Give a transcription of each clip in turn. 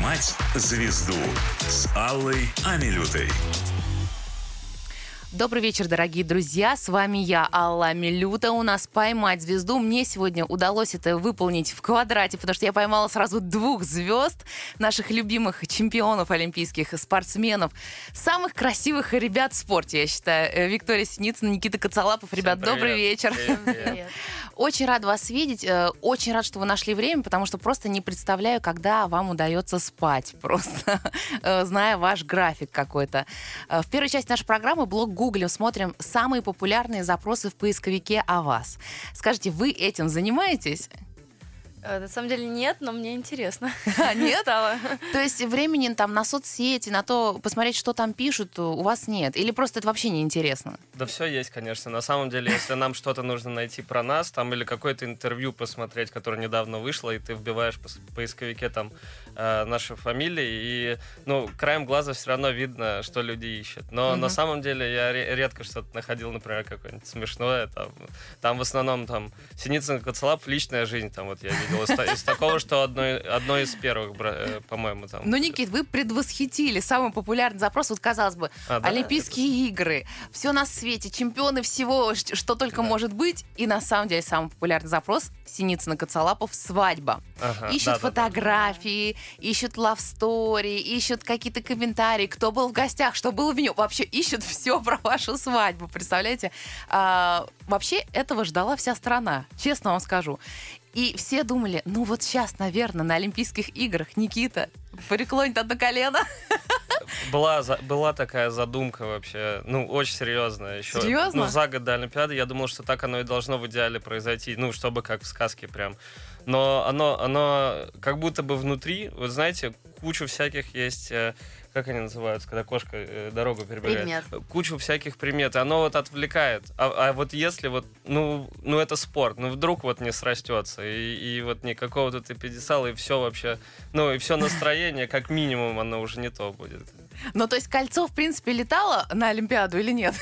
«Поймать звезду» с Аллой Амилютой. Добрый вечер, дорогие друзья. С вами я, Алла Амилюта. У нас «Поймать звезду». Мне сегодня удалось это выполнить в квадрате, потому что я поймала сразу 2 звезд, наших любимых чемпионов олимпийских, спортсменов, самых красивых ребят в спорте, я считаю. Виктория Синицына, Никита Коцалапов. Ребят, добрый вечер. Привет. Очень рад вас видеть. Очень рад, что вы нашли время, потому что просто не представляю, когда вам удается спать. Просто зная ваш график какой-то. В первой части нашей программы блог Гуглим смотрим самые популярные запросы в поисковике о вас. Скажите, вы этим занимаетесь? На самом деле нет, но мне интересно. Нет? Стало. То есть времени там на соцсети, на то посмотреть, что там пишут, у вас нет? Или просто это вообще не интересно? Да все есть, конечно. На самом деле, если нам что-то нужно найти про нас, там или какое-то интервью посмотреть, которое недавно вышло, и ты вбиваешь в поисковике там наши фамилии, и краем глаза все равно видно, что люди ищут. Но на самом деле я редко что-то находил, например, какое-нибудь смешное. Там в основном там Синицын, Коцалапов, личная жизнь, там вот я видел из такого, что одно из первых, по-моему, там. Ну, Никит, вы предвосхитили самый популярный запрос. Вот, казалось бы, да? Олимпийские игры, все на свете, чемпионы всего, что только может быть. И на самом деле самый популярный запрос — Синицын, Коцалапов, свадьба. Ищут фотографии, ищут love story, ищут какие-то комментарии, кто был в гостях, что было в меню. Вообще ищут все про вашу свадьбу, представляете? Вообще этого ждала вся страна, честно вам скажу. И все думали, ну вот сейчас, наверное, на Олимпийских играх Никита преклонит одно колено. Была такая задумка вообще, очень серьезная. Еще, серьезно? За год до Олимпиады я думал, что так оно и должно в идеале произойти, чтобы как в сказке прям. Но оно как будто бы внутри, вот знаете, кучу всяких есть... Как они называются, когда кошка дорогу перебегает? Примет. Кучу всяких примет. И оно отвлекает. А вот если это спорт, вдруг не срастется, и вот никакого тут пьедестала, и все вообще, и все настроение, как минимум, оно уже не то будет. Ну, то есть Кольцо, в принципе, летало на Олимпиаду или нет?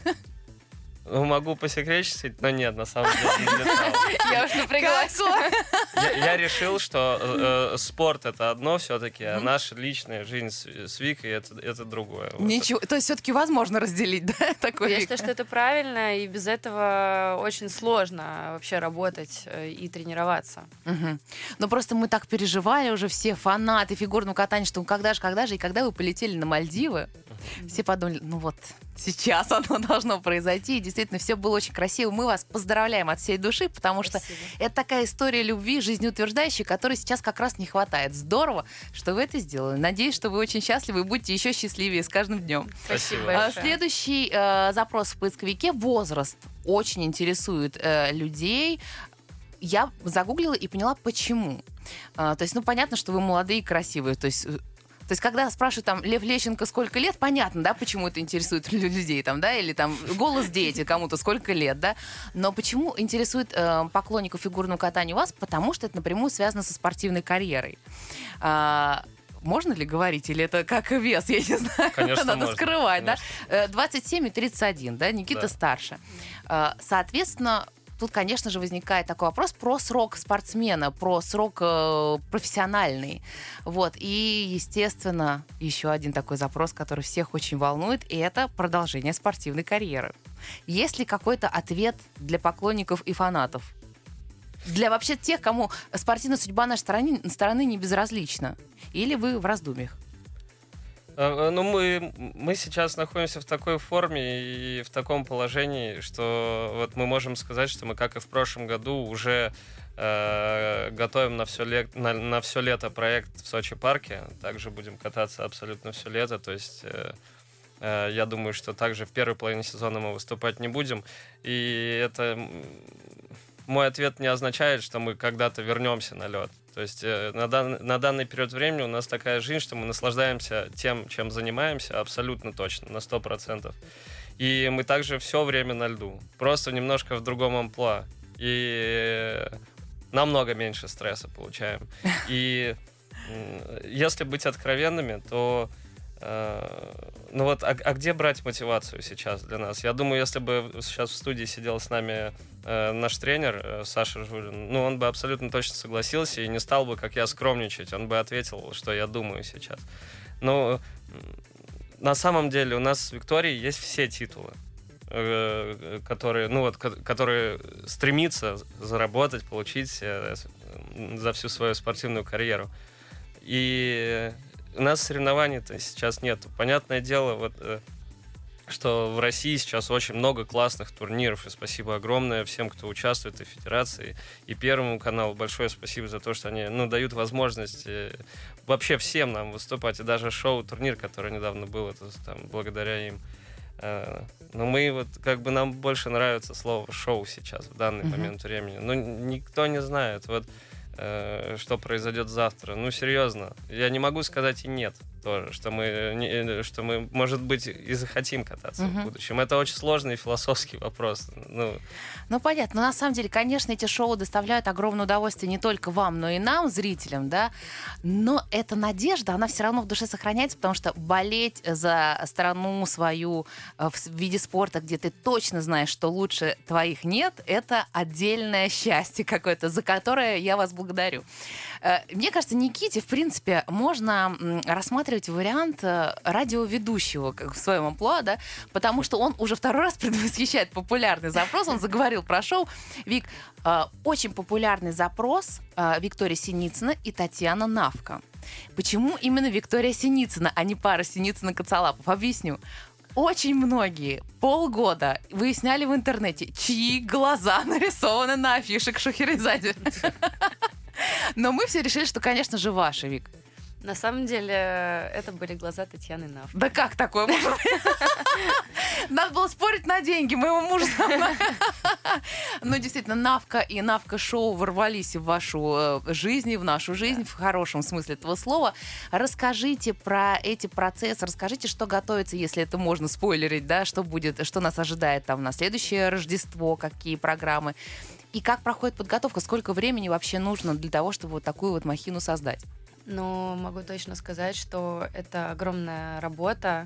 Могу посекретить, но нет, на самом деле не летал. Я уж напряглась. Я решил, что спорт — это одно все-таки, а наша личная жизнь с Викой — это другое. Ничего, то есть все-таки возможно разделить, да, такой Я век? считаю, что это правильно, и без этого очень сложно вообще работать и тренироваться. Но просто мы так переживали уже, все фанаты фигурного катания, что когда же, и когда вы полетели на Мальдивы, все подумали, сейчас оно должно произойти. И действительно, все было очень красиво. Мы вас поздравляем от всей души, потому что это такая история любви, жизнеутверждающая, которой сейчас как раз не хватает. Здорово, что вы это сделали. Надеюсь, что вы очень счастливы и будете еще счастливее с каждым днем. Спасибо большое. Следующий запрос в поисковике — возраст. Очень интересует людей. Я загуглила и поняла, почему. То есть, понятно, что вы молодые и красивые. То есть, когда спрашивают там Лев Лещенко сколько лет, понятно, да, почему это интересует людей, там, да, или там голос дети кому-то сколько лет, да. Но почему интересует поклонников фигурного катания у вас? Потому что это напрямую связано со спортивной карьерой. Можно ли говорить, или это как вес, я не знаю, конечно, надо можно, скрывать, конечно. Да? 27 и 31, да, Никита старше. Соответственно, тут, конечно же, возникает такой вопрос про срок спортсмена, про срок профессиональный. Вот. И, естественно, еще один такой запрос, который всех очень волнует, и это продолжение спортивной карьеры. Есть ли какой-то ответ для поклонников и фанатов? Для вообще тех, кому спортивная судьба нашей стороны не безразлична? Или вы в раздумьях? Мы сейчас находимся в такой форме и в таком положении, что вот мы можем сказать, что мы, как и в прошлом году, уже готовим на все лето проект в Сочи парке. Также будем кататься абсолютно все лето. То есть я думаю, что также в первой половине сезона мы выступать не будем. И это... Мой ответ не означает, что мы когда-то вернемся на лед. То есть на данный период времени у нас такая жизнь, что мы наслаждаемся тем, чем занимаемся, абсолютно точно, на 100%. И мы также все время на льду, просто немножко в другом амплуа. И намного меньше стресса получаем. И если быть откровенными, то где брать мотивацию сейчас для нас? Я думаю, если бы сейчас в студии сидел с нами наш тренер Саша Жулин, ну, он бы абсолютно точно согласился и не стал бы, как я, скромничать. Он бы ответил, что я думаю сейчас. Но на самом деле у нас с Викторией есть все титулы, которые стремится заработать, получить за всю свою спортивную карьеру. И у нас соревнований-то сейчас нет. Понятное дело, что в России сейчас очень много классных турниров, и спасибо огромное всем, кто участвует, и Федерации, и Первому каналу. Большое спасибо за то, что они дают возможность вообще всем нам выступать, и даже шоу-турнир, который недавно был, это там, благодаря им. Но мы нам больше нравится слово «шоу» сейчас, в данный момент времени. Но никто не знает, что произойдет завтра. Ну, серьезно, я не могу сказать и нет тоже, что мы, может быть, и захотим кататься в будущем. Это очень сложный философский вопрос. Ну, понятно. Но на самом деле, конечно, эти шоу доставляют огромное удовольствие не только вам, но и нам, зрителям, да. Но эта надежда, она все равно в душе сохраняется, потому что болеть за страну свою в виде спорта, где ты точно знаешь, что лучше твоих нет, это отдельное счастье какое-то, за которое я вас благодарю. Мне кажется, Никите, в принципе, можно рассматривать вариант радиоведущего в своем амплуа, да, потому что он уже второй раз предвосхищает популярный запрос. Он заговорил про шоу. Вик, очень популярный запрос Виктория Синицына и Татьяна Навка. Почему именно Виктория Синицына, а не пара Синицына-Коцалапов? Объясню. Очень многие полгода выясняли в интернете, чьи глаза нарисованы на афише к Шахерезаде. Но мы все решили, что, конечно же, ваши, Вик. На самом деле, это были глаза Татьяны Навки. Да как такое может быть? Надо было спорить на деньги моего мужа. Но действительно, Навка и Навка-шоу ворвались в вашу жизнь, в нашу жизнь, в хорошем смысле этого слова. Расскажите про эти процессы, расскажите, что готовится, если это можно спойлерить, да, что будет, что нас ожидает там на следующее Рождество, какие программы. И как проходит подготовка, сколько времени вообще нужно для того, чтобы вот такую вот махину создать? Ну, могу точно сказать, что это огромная работа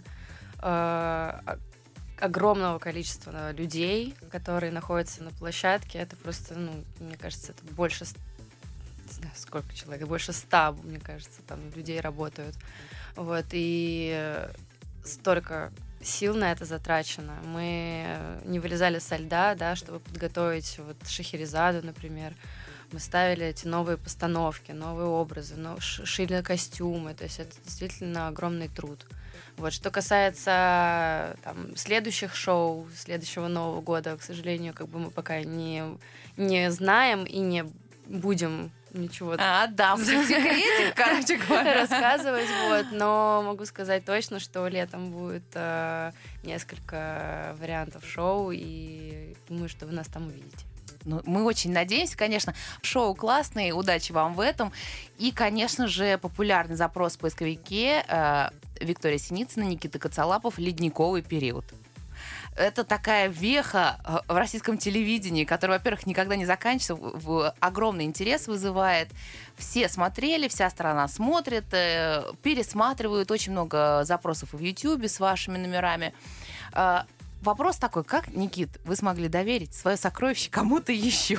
огромного количества людей, которые находятся на площадке. Это просто, мне кажется, это больше, не знаю, сколько человек, больше 100, мне кажется, там людей работают. Вот, и столько сил на это затрачено. Мы не вылезали со льда, да, чтобы подготовить Шахерезаду, например. Мы ставили эти новые постановки, новые образы, шили костюмы. То есть это действительно огромный труд. Вот. Что касается следующих шоу, следующего Нового года, к сожалению, мы пока не знаем и не будем ничего секретик, короче говоря, рассказывать. Но могу сказать точно, что летом будет несколько вариантов шоу, и думаю, что вы нас там увидите. Мы очень надеемся, конечно. Шоу классные, удачи вам в этом. И, конечно же, популярный запрос в поисковике Виктория Синицына, Никита Коцалапов «Ледниковый период». Это такая веха в российском телевидении, которая, во-первых, никогда не заканчивается, огромный интерес вызывает. Все смотрели, вся страна смотрит, пересматривают. Очень много запросов в Ютьюбе с вашими номерами. Вопрос такой, как, Никит, вы смогли доверить свое сокровище кому-то еще?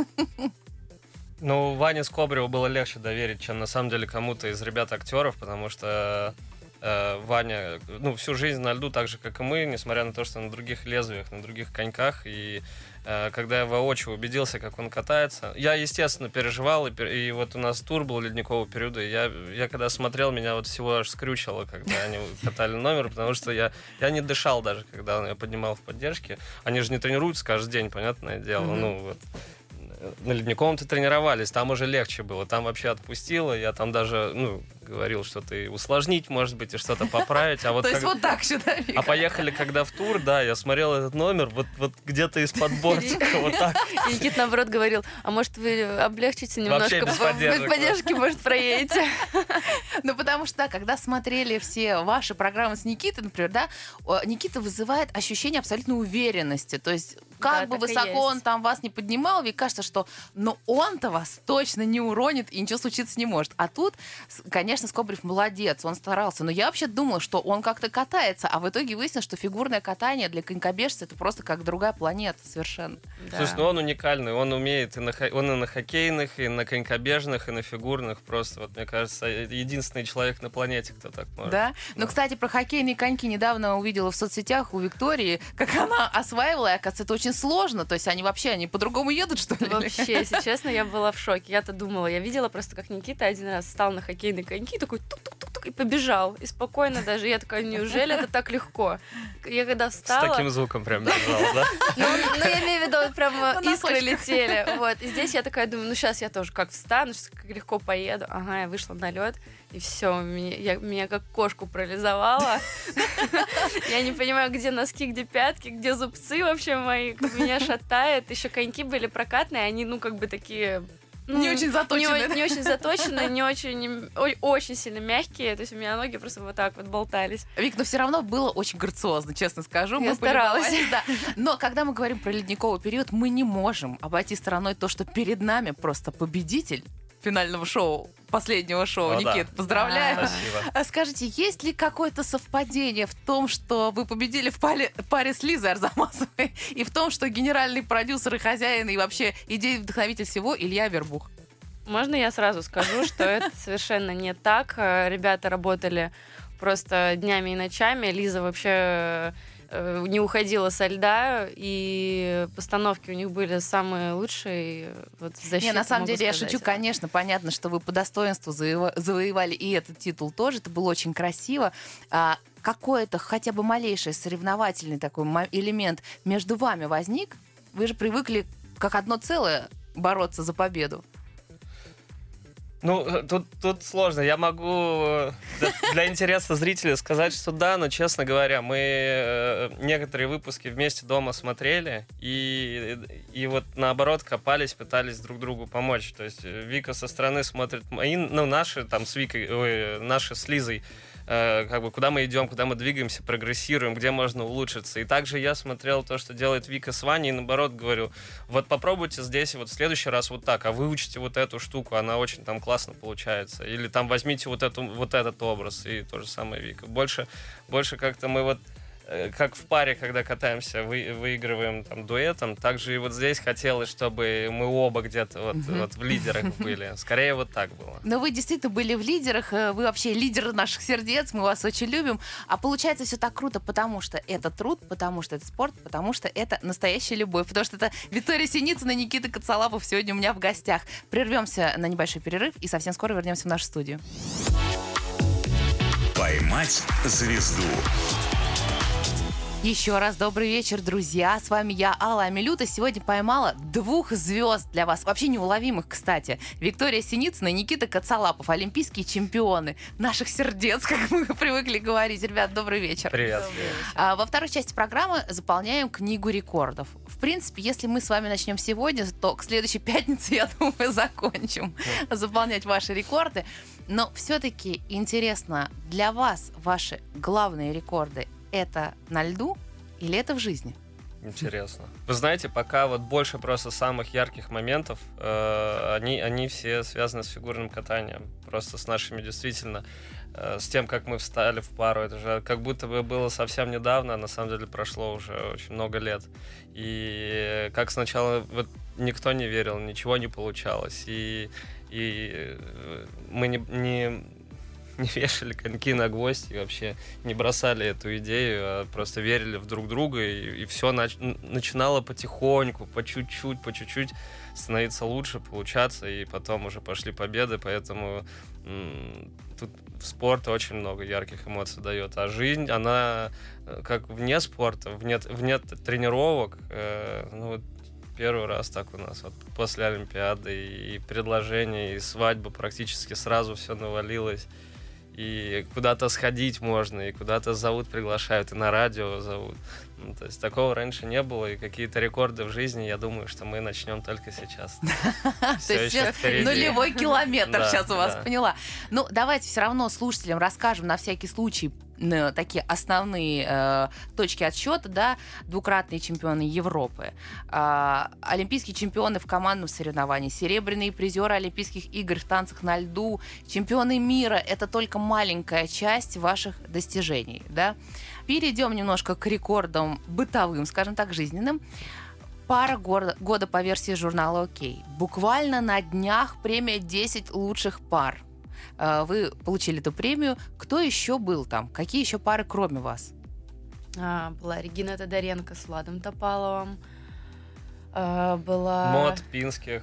Ване Скобреву было легче доверить, чем на самом деле кому-то из ребят-актеров, потому что Ваня, всю жизнь на льду, так же, как и мы, несмотря на то, что на других лезвиях, на других коньках. И когда я воочию убедился, как он катается, я, естественно, переживал. И вот у нас тур был ледникового периода. И я когда смотрел, меня всего аж скрючило, когда они катали номер, потому что я не дышал даже, когда я поднимал в поддержке. Они же не тренируются каждый день, понятное дело. На ледниковом-то тренировались, там уже легче было, там вообще отпустило, я там даже, говорил, что-то и усложнить, может быть, и что-то поправить. А то есть вот так сюда. А поехали, когда в тур, да, я смотрел этот номер, вот где-то из-под бортика, вот так. И Никит, наоборот, говорил, а может, вы облегчите немножко? Вообще без поддержек. Без поддержки, может, проедете. Потому что, да, когда смотрели все ваши программы с Никитой, например, да, Никита вызывает ощущение абсолютной уверенности. То есть как Да, бы так и высоко есть. он там вас не поднимал, ведь кажется, что ну он-то вас точно не уронит и ничего случиться не может. А тут, конечно, Скобрев молодец, он старался. Но я вообще думала, что он как-то катается, а в итоге выяснилось, что фигурное катание для конькобежца это просто как другая планета совершенно. Да. Слушай, ну он уникальный, он умеет он и на хоккейных, и на конькобежных, и на фигурных. Просто, вот мне кажется, единственный человек на планете, кто так может. Да? Ну, Да. кстати, про хоккейные коньки недавно увидела в соцсетях у Виктории, как она осваивала, и, оказывается, это очень сложно. То есть они по-другому едут, что ли? Вообще, если честно, я была в шоке. Я-то думала, я видела просто, как Никита один раз встал на хоккейные коньки, такой тук-тук-тук-тук и побежал. И спокойно даже. Я такая, неужели это так легко? Я когда С встала... таким звуком прям бежал, да? Ну, я имею в виду, вот прям На искры носочках. летели. Вот. И здесь я такая думаю, ну сейчас я тоже как встану, сейчас как легко поеду. Ага, я вышла на лед, и все, меня как кошку парализовало. Я не понимаю, где носки, где пятки, где зубцы вообще мои. Как меня шатает. Еще коньки были прокатные, они, ну, как бы такие... ну, Не очень заточенные, да? Не очень заточенные, не очень, очень сильно мягкие. То есть у меня ноги просто вот так вот болтались. Вик, но все равно было очень грациозно, честно скажу. Я Мы старалась. полюбовались, да. Но когда мы говорим про ледниковый период, мы не можем обойти стороной то, что перед нами просто победитель финального шоу, последнего шоу. О, да. Никит, поздравляю. Спасибо. А скажите, есть ли какое-то совпадение в том, что вы победили в паре с Лизой Арзамасовой, и в том, что генеральный продюсер и хозяин, и вообще идея вдохновитель всего Илья Вербух? Можно я сразу скажу, что это совершенно не так. Ребята работали просто днями и ночами. Лиза вообще не уходила со льда, и постановки у них были самые лучшие. Вот в защиту Не, на самом могу деле, я сказать шучу, это. конечно, понятно, что вы по достоинству завоевали и этот титул тоже, это было очень красиво. А какой-то хотя бы малейший соревновательный такой элемент между вами возник? Вы же привыкли как одно целое бороться за победу. Ну, тут сложно. Я могу для интереса зрителей сказать, что да, но, честно говоря, мы некоторые выпуски вместе дома смотрели, и вот наоборот копались, пытались друг другу помочь. То есть Вика со стороны смотрит мои, ну, наши там с Викой, наши с Лизой, как бы куда мы идем, куда мы двигаемся, прогрессируем, где можно улучшиться. И также я смотрел то, что делает Вика с Ваней, и наоборот говорю, вот попробуйте здесь, вот в следующий раз вот так, а выучите вот эту штуку, она очень там классно получается. Или там возьмите вот этот образ, и то же самое Вика. Больше как-то мы вот как в паре, когда катаемся, выигрываем там дуэтом, также и вот здесь хотелось, чтобы мы оба где-то вот в лидерах были. Скорее вот так было. Но вы действительно были в лидерах, вы вообще лидеры наших сердец, мы вас очень любим. А получается все так круто, потому что это труд, потому что это спорт, потому что это настоящая любовь. Потому что это Виктория Синицына, Никита Коцалапов сегодня у меня в гостях. Прервемся на небольшой перерыв и совсем скоро вернемся в нашу студию. «Поймать звезду». Еще раз добрый вечер, друзья. С вами я, Алла Амилюта. Сегодня поймала 2 звезд для вас. Вообще неуловимых, кстати. Виктория Синицына и Никита Коцалапов. Олимпийские чемпионы наших сердец, как мы привыкли говорить. Ребят, добрый вечер. Привет. Во второй части программы заполняем книгу рекордов. В принципе, если мы с вами начнем сегодня, то к следующей пятнице, я думаю, закончим заполнять ваши рекорды. Но все-таки интересно, для вас ваши главные рекорды это на льду или это в жизни? Интересно. Вы знаете, пока вот больше просто самых ярких моментов, они все связаны с фигурным катанием. Просто с нашими действительно, с тем, как мы встали в пару. Это же как будто бы было совсем недавно, а на самом деле прошло уже очень много лет. И как сначала вот никто не верил, ничего не получалось. И мы не вешали коньки на гвоздь и вообще не бросали эту идею, а просто верили в друг друга, и все начинало потихоньку, по чуть-чуть становиться лучше, получаться, и потом уже пошли победы, поэтому тут спорт очень много ярких эмоций дает, а жизнь, она как вне спорта, вне тренировок, ну вот первый раз так у нас, вот после Олимпиады, и предложения, и свадьба практически сразу все навалилось. И куда-то сходить можно, и куда-то зовут, приглашают, и на радио зовут. Ну, то есть такого раньше не было, и какие-то рекорды в жизни, я думаю, что мы начнем только сейчас. То есть сейчас нулевой километр сейчас у вас, поняла. Ну, давайте все равно слушателям расскажем на всякий случай такие основные точки отсчета, да, двукратные чемпионы Европы, олимпийские чемпионы в командном соревновании, серебряные призеры Олимпийских игр в танцах на льду, чемпионы мира. Это только маленькая часть ваших достижений, да. Перейдем немножко к рекордам бытовым, скажем так, жизненным. Пара года по версии журнала «Окей». Буквально на днях премия «10 лучших пар». Вы получили эту премию. Кто еще был там? Какие еще пары, кроме вас? Была Регина Тодоренко с Владом Топаловым. Была... Мод Пинских,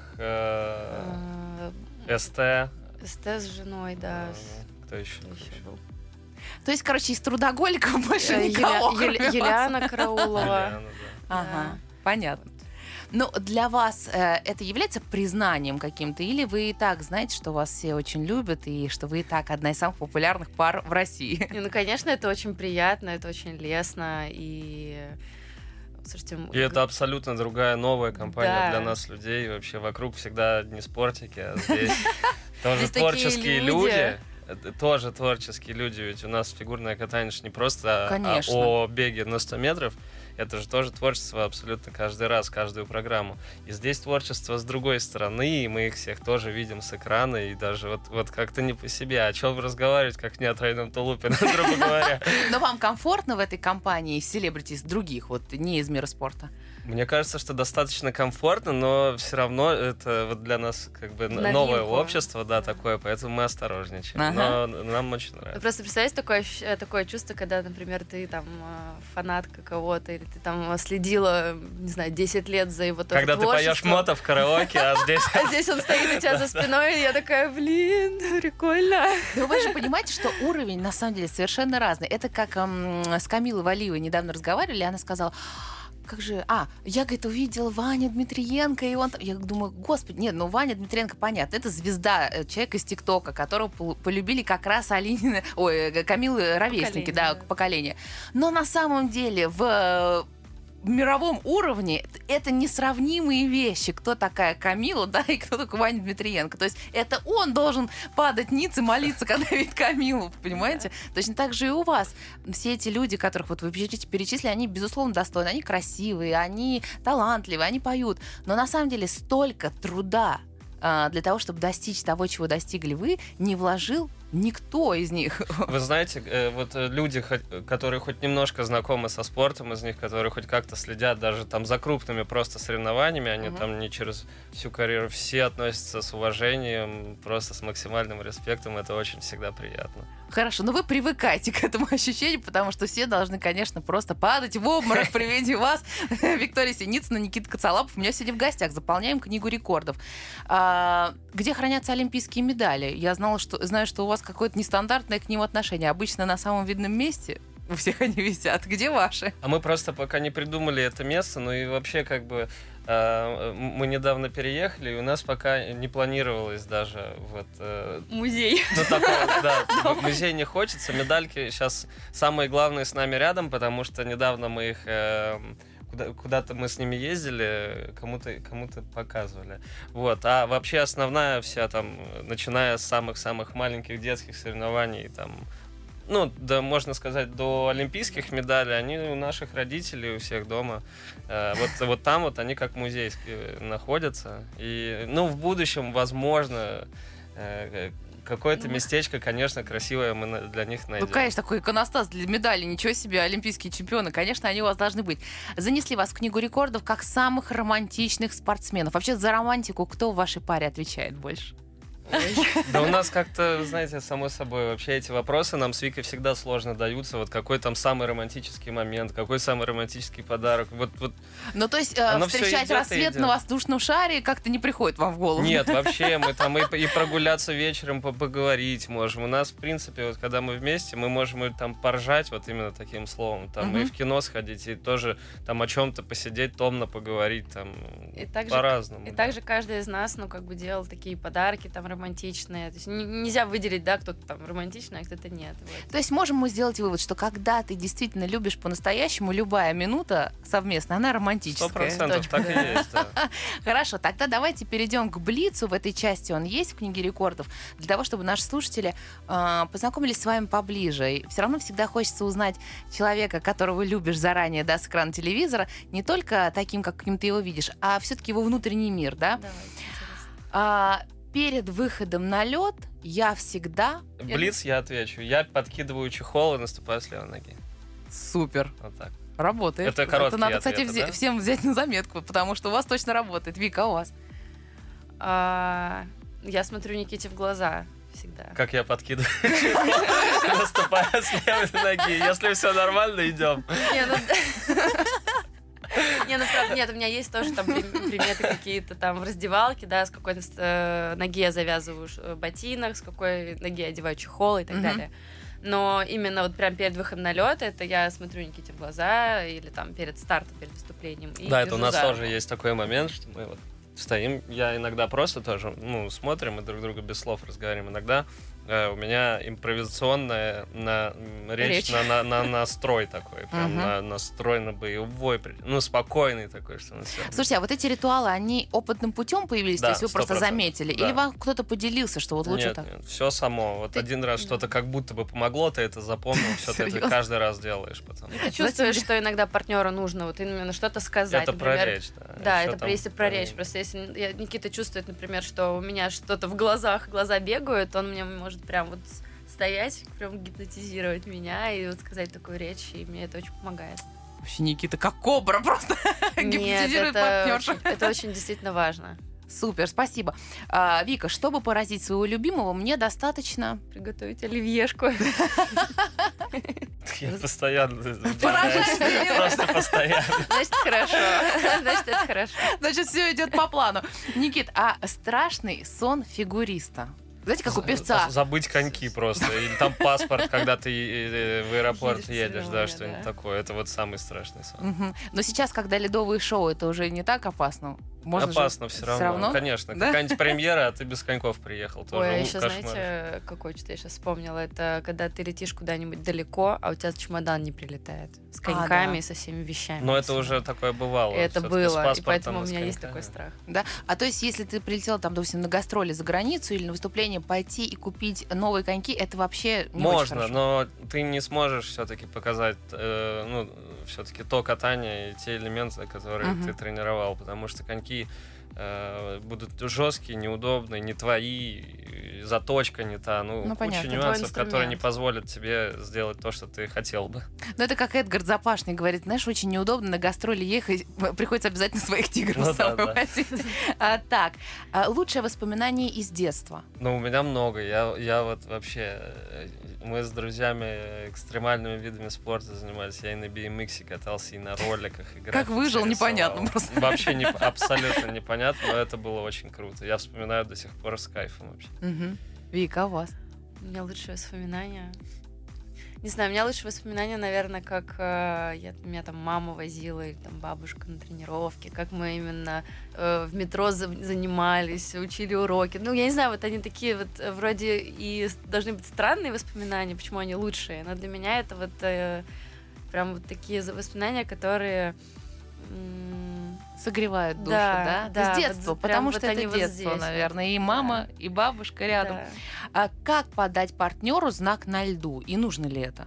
СТ. СТ с женой, да. Кто еще был? То есть, короче, из трудоголиков больше никого, Юлиана Караулова. Ага, понятно. Ну, для вас это является признанием каким-то? Или вы и так знаете, что вас все очень любят, и что вы и так одна из самых популярных пар в России? Ну, конечно, это очень приятно, это очень лестно, и... Слушайте, и это абсолютно другая новая компания для нас, людей. Вообще вокруг всегда одни спортики, а здесь тоже творческие люди. Тоже творческие люди, ведь у нас фигурное катание не просто о беге на 100 метров, это же тоже творчество абсолютно каждый раз, каждую программу. И здесь творчество с другой стороны, и мы их всех тоже видим с экрана, и даже вот как-то не по себе. О чем разговаривать, как не о тройном тулупе, грубо говоря. Но вам комфортно в этой компании селебрити других, вот не из мира спорта? Мне кажется, что достаточно комфортно, но все равно это вот для нас как бы новое общество, да, такое, поэтому мы осторожничаем. Но нам очень нравится. Просто представляете такое чувство, когда, например, ты там фанатка кого-то, или ты там следила, не знаю, 10 лет за его творчеством. Когда ты поешь мото в караоке, а здесь... А здесь он стоит у тебя за спиной, и я такая, блин, прикольно. Но вы же понимаете, что уровень, на самом деле, совершенно разный. Это как с Камилой Валиевой недавно разговаривали, она сказала... Как же... я, говорит, увидела Ваню Дмитриенко, и он... Я думаю, господи, нет, ну Ваня Дмитриенко, понятно, это звезда, человек из ТикТока, которого полюбили как раз Камилы ровесники, поколение. Но на самом деле в мировом уровне это несравнимые вещи. Кто такая Камила, да, и кто такой Ваня Дмитриенко. То есть это он должен падать ниц и молиться, когда видит Камилу, понимаете? Да. Точно так же и у вас. Все эти люди, которых вот вы перечислили, они, безусловно, достойны, они красивые, они талантливые, они поют. Но на самом деле столько труда для того, чтобы достичь того, чего достигли вы, не вложил никто из них. Вы знаете, вот люди, которые хоть немножко знакомы со спортом, из них, которые хоть как-то следят даже там за крупными просто соревнованиями, они там не через всю карьеру, все относятся с уважением, просто с максимальным респектом, это очень всегда приятно. Хорошо, но вы привыкайте к этому ощущению, потому что все должны, конечно, просто падать в обморок при виде вас. Виктория Синицына, Никита Коцалапов. У меня сегодня в гостях. Заполняем книгу рекордов. Где хранятся олимпийские медали? Я знаю, что у вас какое-то нестандартное к ним отношение. Обычно на самом видном месте у всех они висят. Где ваши? А мы просто пока не придумали это место, ну и вообще как бы мы недавно переехали, и у нас пока не планировалось даже вот... Музей. Ну, такое, да, музей не хочется. Медальки сейчас самые главные с нами рядом, потому что недавно мы их... Куда-то мы с ними ездили, кому-то показывали. Вот. А вообще основная вся там, начиная с самых-самых маленьких детских соревнований, там, ну, да, можно сказать, до олимпийских медалей, они у наших родителей, у всех дома. Вот там вот они как музейские находятся. И, ну, в будущем, возможно, какое-то местечко, конечно, красивое мы для них найдем. Ну, конечно, такой иконостас для медалей. Ничего себе, олимпийские чемпионы. Конечно, они у вас должны быть. Занесли вас в книгу рекордов как самых романтичных спортсменов. Вообще, за романтику кто в вашей паре отвечает больше? Да у нас как-то, знаете, само собой, вообще эти вопросы нам с Викой всегда сложно даются. Вот какой там самый романтический момент, какой самый романтический подарок. Вот. Ну, то есть встречать рассвет на воздушном шаре как-то не приходит вам в голову? Нет, вообще, мы там и прогуляться вечером, поговорить можем. У нас, в принципе, вот когда мы вместе, мы можем и там поржать, вот именно таким словом, там, и в кино сходить, и тоже там о чем-то посидеть, томно поговорить, там, по-разному. И также каждый из нас, ну, как бы делал такие подарки, там, романтичные. То есть нельзя выделить, да, кто-то там романтичный, а кто-то нет. Вот. То есть можем мы сделать вывод, что когда ты действительно любишь по-настоящему, любая минута совместно, она романтическая. 100% так и есть, да. Хорошо, тогда давайте перейдем к Блицу. В этой части он есть в книге рекордов, для того, чтобы наши слушатели познакомились с вами поближе. И все равно всегда хочется узнать человека, которого любишь заранее, да, с экрана телевизора, не только таким, каким ты его видишь, а все-таки его внутренний мир, да? Давайте, интересно. Перед выходом на лед я всегда... Блиц, я отвечу. Я подкидываю чехол и наступаю с левой ноги. Супер. Вот так. Работает. Это короткие надо, кстати, ответы, да? всем взять на заметку, потому что у вас точно работает. Вика, у вас? Я смотрю Никите в глаза всегда. Как я подкидываю наступаю с левой ноги. Если все нормально, идем. Правда, нет, у меня есть тоже там приметы какие-то там в раздевалке, да, с какой-то ноги я завязываю ботинок, с какой ноги я одеваю чехол и так далее. Но именно вот прям перед выходом на лед, это я смотрю Никите в глаза или там перед стартом, перед выступлением. И Да, это у нас за тоже руку. есть такой момент, что мы вот стоим, я иногда просто тоже, смотрим и друг друга без слов разговариваем. Иногда у меня импровизационная речь. На настрой такой, прям на настрой на боевой, спокойный такой, что на все. Слушайте, а вот эти ритуалы, они опытным путем появились, Да, то есть вы просто 100%, заметили? да. Или вам кто-то поделился, что вот лучше Нет, так? нет, все само. Вот один раз что-то как будто бы помогло, ты это запомнил, все ты это Серьезно? каждый раз делаешь потом. Ты чувствуешь, что иногда партнеру нужно вот именно что-то сказать. Это например. про речь, да. Да, Ещё это там если про речь. Просто если Никита чувствует, например, что у меня что-то в глазах, глаза бегают, он мне может прям вот стоять, прям гипнотизировать меня и вот сказать такую речь, и мне это очень помогает. Вообще Никита как кобра просто гипнотизирует партнершу. Это очень действительно важно. Супер, спасибо. Вика, чтобы поразить своего любимого, мне достаточно... Приготовить оливьешку. Я постоянно Поражаюсь. просто постоянно. Значит, хорошо. Значит, это хорошо. Значит, все идет по плану. Никит, а страшный сон фигуриста? Знаете, как у певца. Забыть коньки просто. Или там паспорт, когда ты в аэропорт Едешь в едешь, самолёте, да, что-нибудь да. такое. Это вот самый страшный сон. Мгм. Но сейчас, когда ледовые шоу, это уже не так опасно. Можно же Опасно все равно. Конечно. Да? Какая-нибудь премьера, а ты без коньков приехал. Тоже Ой, а еще, кошмар. знаете, какой что-то я сейчас вспомнила, это когда ты летишь куда-нибудь далеко, а у тебя чемодан не прилетает. С коньками да. и со всеми вещами. Но это уже такое бывало. Это всё-таки с было, и паспортом поэтому у с меня есть коньками. такой страх. Да? А то есть, если ты прилетел там, допустим, на гастроли за границу или на выступление, пойти и купить новые коньки, это вообще не очень Можно, хорошо. но ты не сможешь все-таки показать, все-таки то катание и те элементы, которые Мгм. ты тренировал, потому что коньки будут жесткие, неудобные, не твои, и заточка не та, Ну, понятно, куча твой нюансов, которые не инструмент. позволят тебе сделать то, что ты хотел бы. Но это как Эдгар Запашный говорит, знаешь, очень неудобно на гастроли ехать, приходится обязательно своих тигров Ну с собой да, да. возить. Так, лучшее воспоминание из детства. Ну, у меня много. Я вот вообще... Мы с друзьями экстремальными видами спорта занимались. Я и на BMX катался, и на роликах. И Как выжил, граффити непонятно рисовал. просто. Вообще абсолютно непонятно, но это было очень круто. Я вспоминаю до сих пор с кайфом вообще. Мгм. Вика, а у вас? У меня лучшие воспоминания. Не знаю, у меня лучшие воспоминания, наверное, как меня там мама возила или там бабушка на тренировке, как мы именно в метро занимались, учили уроки. Ну, я не знаю, вот они такие вот вроде и должны быть странные воспоминания, почему они лучшие, но для меня это вот прям вот такие воспоминания, которые... Согревают душу, Да, да? да, С детства, вот потому прям что вот это они вот детство, здесь, наверное. И да. мама, и бабушка рядом. Да. А как подать партнеру знак на льду? И нужно ли это?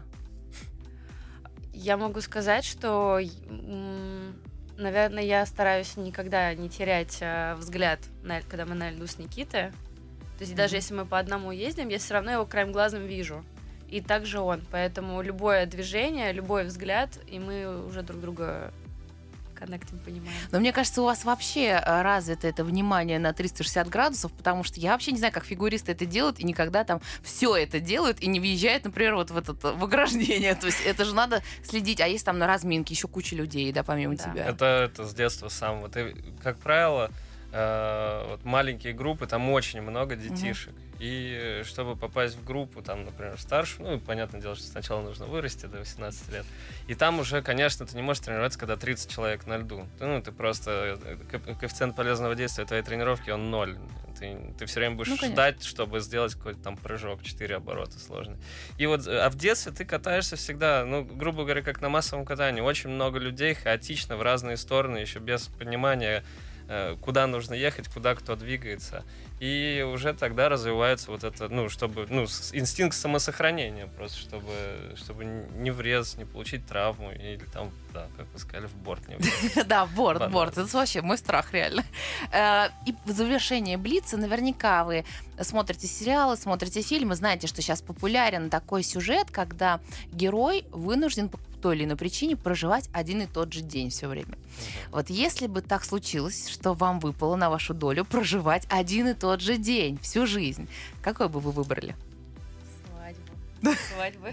Я могу сказать, что, наверное, я стараюсь никогда не терять взгляд, когда мы на льду с Никитой. То есть даже если мы по одному ездим, я все равно его краем глазом вижу. И также он. Поэтому любое движение, любой взгляд, и мы уже друг друга коннектим, понимаем. Но мне кажется, у вас вообще развито это внимание на 360 градусов, потому что я вообще не знаю, как фигуристы это делают, и никогда там все это делают, и не въезжают, например, вот в ограждение. То есть это же надо следить. А есть там на разминке еще куча людей, да, помимо Да. тебя. Это с детства самого. Ты, как правило, вот маленькие группы, там очень много детишек. И чтобы попасть в группу, там, например, старшую, ну, понятное дело, что сначала нужно вырасти до 18 лет. И там уже, конечно, ты не можешь тренироваться, когда 30 человек на льду. Ты просто... Коэффициент полезного действия твоей тренировки, он 0. Ты все время будешь ждать, чтобы сделать какой-то там прыжок, 4 оборота сложный. И вот, а в детстве ты катаешься всегда, ну, грубо говоря, как на массовом катании. Очень много людей хаотично в разные стороны, еще без понимания, куда нужно ехать, куда кто двигается. И уже тогда развивается вот это, ну, чтобы, ну, инстинкт самосохранения просто, чтобы не врезать, не получить травму или там, да, как вы сказали, в борт не врезать. Да, в борт. Это вообще мой страх, реально. И в завершение Блица наверняка вы смотрите сериалы, смотрите фильмы, знаете, что сейчас популярен такой сюжет, когда герой вынужден по той или иной причине проживать один и тот же день все время. Вот если бы так случилось, что вам выпало на вашу долю проживать один и тот же день всю жизнь, какой бы вы выбрали? Свадьбу.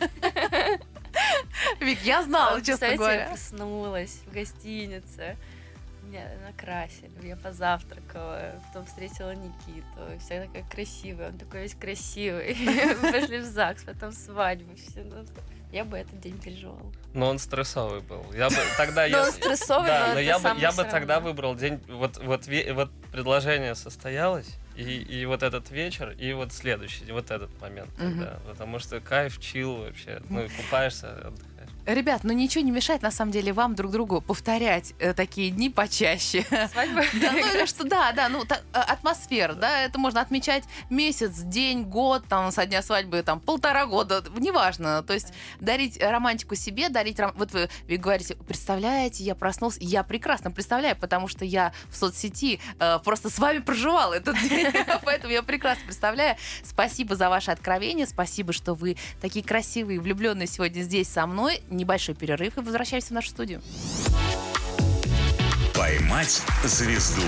Вик, я знала, честно говоря. Я проснулась в гостинице, меня накрасили, я позавтракала, потом встретила Никиту, вся такая красивая, он такой весь красивый. Пошли в ЗАГС, потом свадьбу. Я бы этот день переживала. Но он стрессовый был. Я бы тогда... Он стрессовый, но я бы тогда выбрал день... Вот предложение состоялось, и вот этот вечер, и вот следующий, вот этот момент тогда. Потому что кайф, чил вообще. Ну, и купаешься, отдыхаешь. Ребят, ну ничего не мешает, на самом деле, вам друг другу повторять такие дни почаще. Свадьба? Да, ну что, да, ну атмосфера, да, это можно отмечать месяц, день, год, там, со дня свадьбы, там, 1,5 года, неважно. То есть дарить романтику себе, вот вы говорите, представляете, я проснулся, я прекрасно представляю, потому что я в соцсети просто с вами проживала этот день, поэтому я прекрасно представляю. Спасибо за ваше откровение, спасибо, что вы такие красивые и влюбленные сегодня здесь со мной. Небольшой перерыв и возвращаемся в нашу студию. «Поймать звезду».